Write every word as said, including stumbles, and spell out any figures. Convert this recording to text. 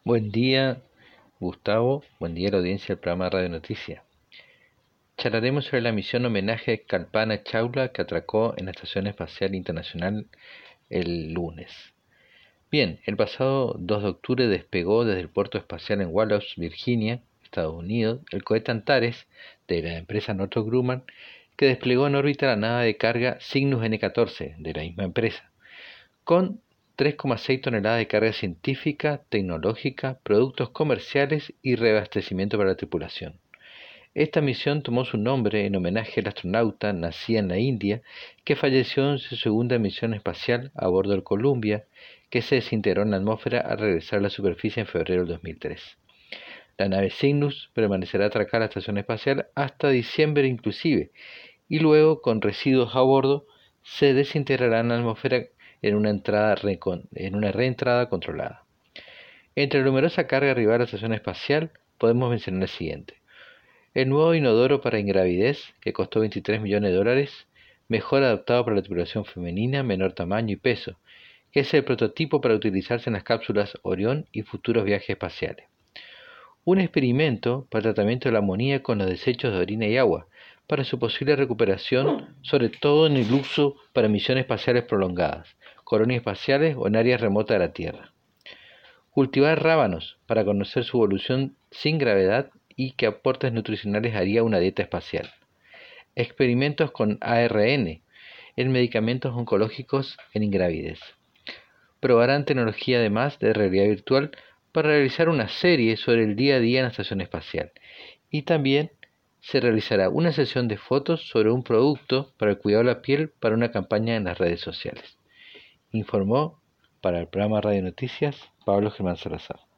Buen día, Gustavo. Buen día a la audiencia del programa Radio Noticias. Charlaremos sobre la misión homenaje Kalpana Chawla que atracó en la Estación Espacial Internacional el lunes. Bien, el pasado dos de octubre despegó desde el puerto espacial en Wallace, Virginia, Estados Unidos, el cohete Antares de la empresa Northrop Grumman, que desplegó en órbita la nave de carga Cygnus N catorce de la misma empresa, con tres coma seis toneladas de carga científica, tecnológica, productos comerciales y reabastecimiento para la tripulación. Esta misión tomó su nombre en homenaje al astronauta nacido en la India que falleció en su segunda misión espacial a bordo del Columbia, que se desintegró en la atmósfera al regresar a la superficie en febrero del dos mil tres. La nave Cygnus permanecerá atracada a la estación espacial hasta diciembre inclusive, y luego, con residuos a bordo, se desintegrará en la atmósfera en una, entrada en una reentrada controlada. Entre la numerosa carga arribada a la estación espacial, podemos mencionar el siguiente. El nuevo inodoro para ingravidez, que costó veintitrés millones de dólares, mejor adaptado para la tripulación femenina, menor tamaño y peso, que es el prototipo para utilizarse en las cápsulas Orión y futuros viajes espaciales. Un experimento para el tratamiento del amoníaco con los desechos de orina y agua, para su posible recuperación, sobre todo en el uso para misiones espaciales prolongadas, colonias espaciales o en áreas remotas de la Tierra. Cultivar rábanos para conocer su evolución sin gravedad y qué aportes nutricionales haría una dieta espacial. Experimentos con A R N en medicamentos oncológicos en ingravidez. Probarán tecnología además de realidad virtual para realizar una serie sobre el día a día en la estación espacial. Y también se realizará una sesión de fotos sobre un producto para el cuidado de la piel para una campaña en las redes sociales. Informó para el programa Radio Noticias Pablo Germán Salazar.